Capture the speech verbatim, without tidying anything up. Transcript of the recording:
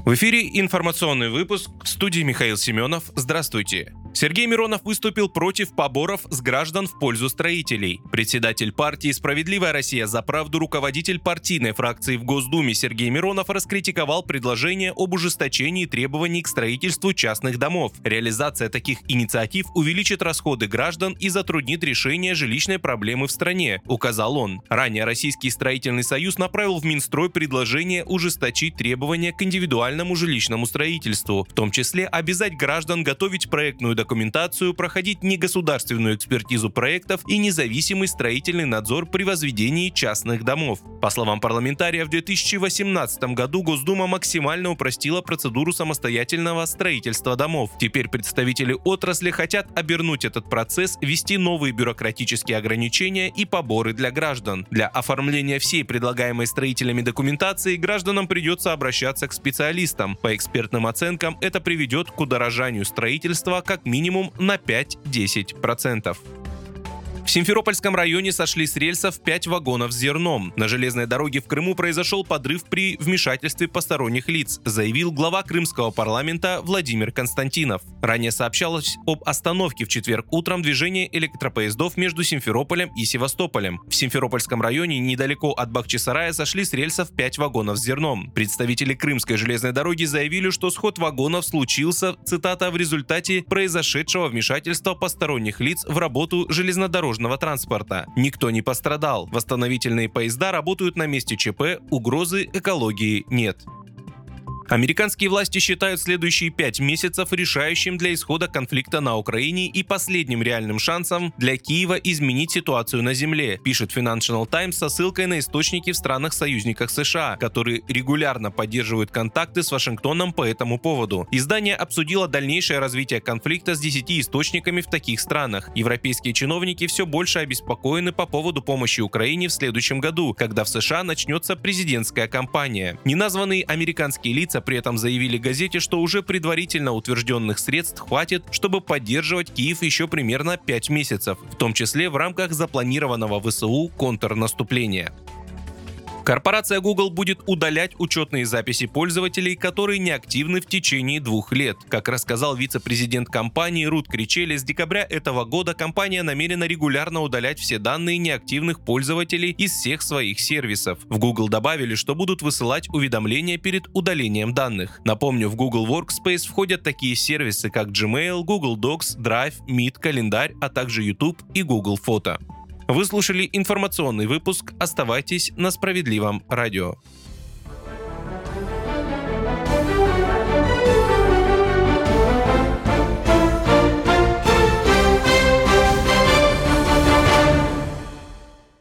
В эфире информационный выпуск, в студии Михаил Семенов. Здравствуйте. Сергей Миронов выступил против поборов с граждан в пользу строителей. Председатель партии «Справедливая Россия за правду», руководитель партийной фракции в Госдуме Сергей Миронов раскритиковал предложение об ужесточении требований к строительству частных домов. Реализация таких инициатив увеличит расходы граждан и затруднит решение жилищной проблемы в стране, указал он. Ранее Российский строительный союз направил в Минстрой предложение ужесточить требования к индивидуальному жилищному строительству, в том числе обязать граждан готовить проектную документацию, проходить негосударственную экспертизу проектов и независимый строительный надзор при возведении частных домов. По словам парламентария, в две тысячи восемнадцатом году Госдума максимально упростила процедуру самостоятельного строительства домов. Теперь представители отрасли хотят обернуть этот процесс, ввести новые бюрократические ограничения и поборы для граждан. Для оформления всей предлагаемой строителями документации гражданам придется обращаться к специалистам. По экспертным оценкам, это приведет к удорожанию строительства как минимум на пять-десять процентов. В Симферопольском районе сошли с рельсов пять вагонов с зерном. На железной дороге в Крыму произошел подрыв при вмешательстве посторонних лиц, заявил глава крымского парламента Владимир Константинов. Ранее сообщалось об остановке в четверг утром движения электропоездов между Симферополем и Севастополем. В Симферопольском районе недалеко от Бахчисарая сошли с рельсов пять вагонов с зерном. Представители Крымской железной дороги заявили, что сход вагонов случился, цитата, в результате произошедшего вмешательства посторонних лиц в работу железнодорожного транспорта. Никто не пострадал. Восстановительные поезда работают на месте ЧП, угрозы экологии нет. Американские власти считают следующие пять месяцев решающим для исхода конфликта на Украине и последним реальным шансом для Киева изменить ситуацию на земле, пишет Financial Times со ссылкой на источники в странах-союзниках США, которые регулярно поддерживают контакты с Вашингтоном по этому поводу. Издание обсудило дальнейшее развитие конфликта с десятью источниками в таких странах. Европейские чиновники все больше обеспокоены по поводу помощи Украине в следующем году, когда в США начнется президентская кампания. Неназванные американские лица при этом заявили газете, что уже предварительно утвержденных средств хватит, чтобы поддерживать Киев еще примерно пять месяцев, в том числе в рамках запланированного ВСУ контрнаступления. Корпорация Google будет удалять учетные записи пользователей, которые неактивны в течение двух лет. Как рассказал вице-президент компании Рут Кричели, с декабря этого года компания намерена регулярно удалять все данные неактивных пользователей из всех своих сервисов. В Google добавили, что будут высылать уведомления перед удалением данных. Напомню, в Google Workspace входят такие сервисы, как Gmail, Google Docs, Drive, Meet, Календарь, а также YouTube и Google Фото. Вы слушали информационный выпуск. Оставайтесь на Справедливом радио.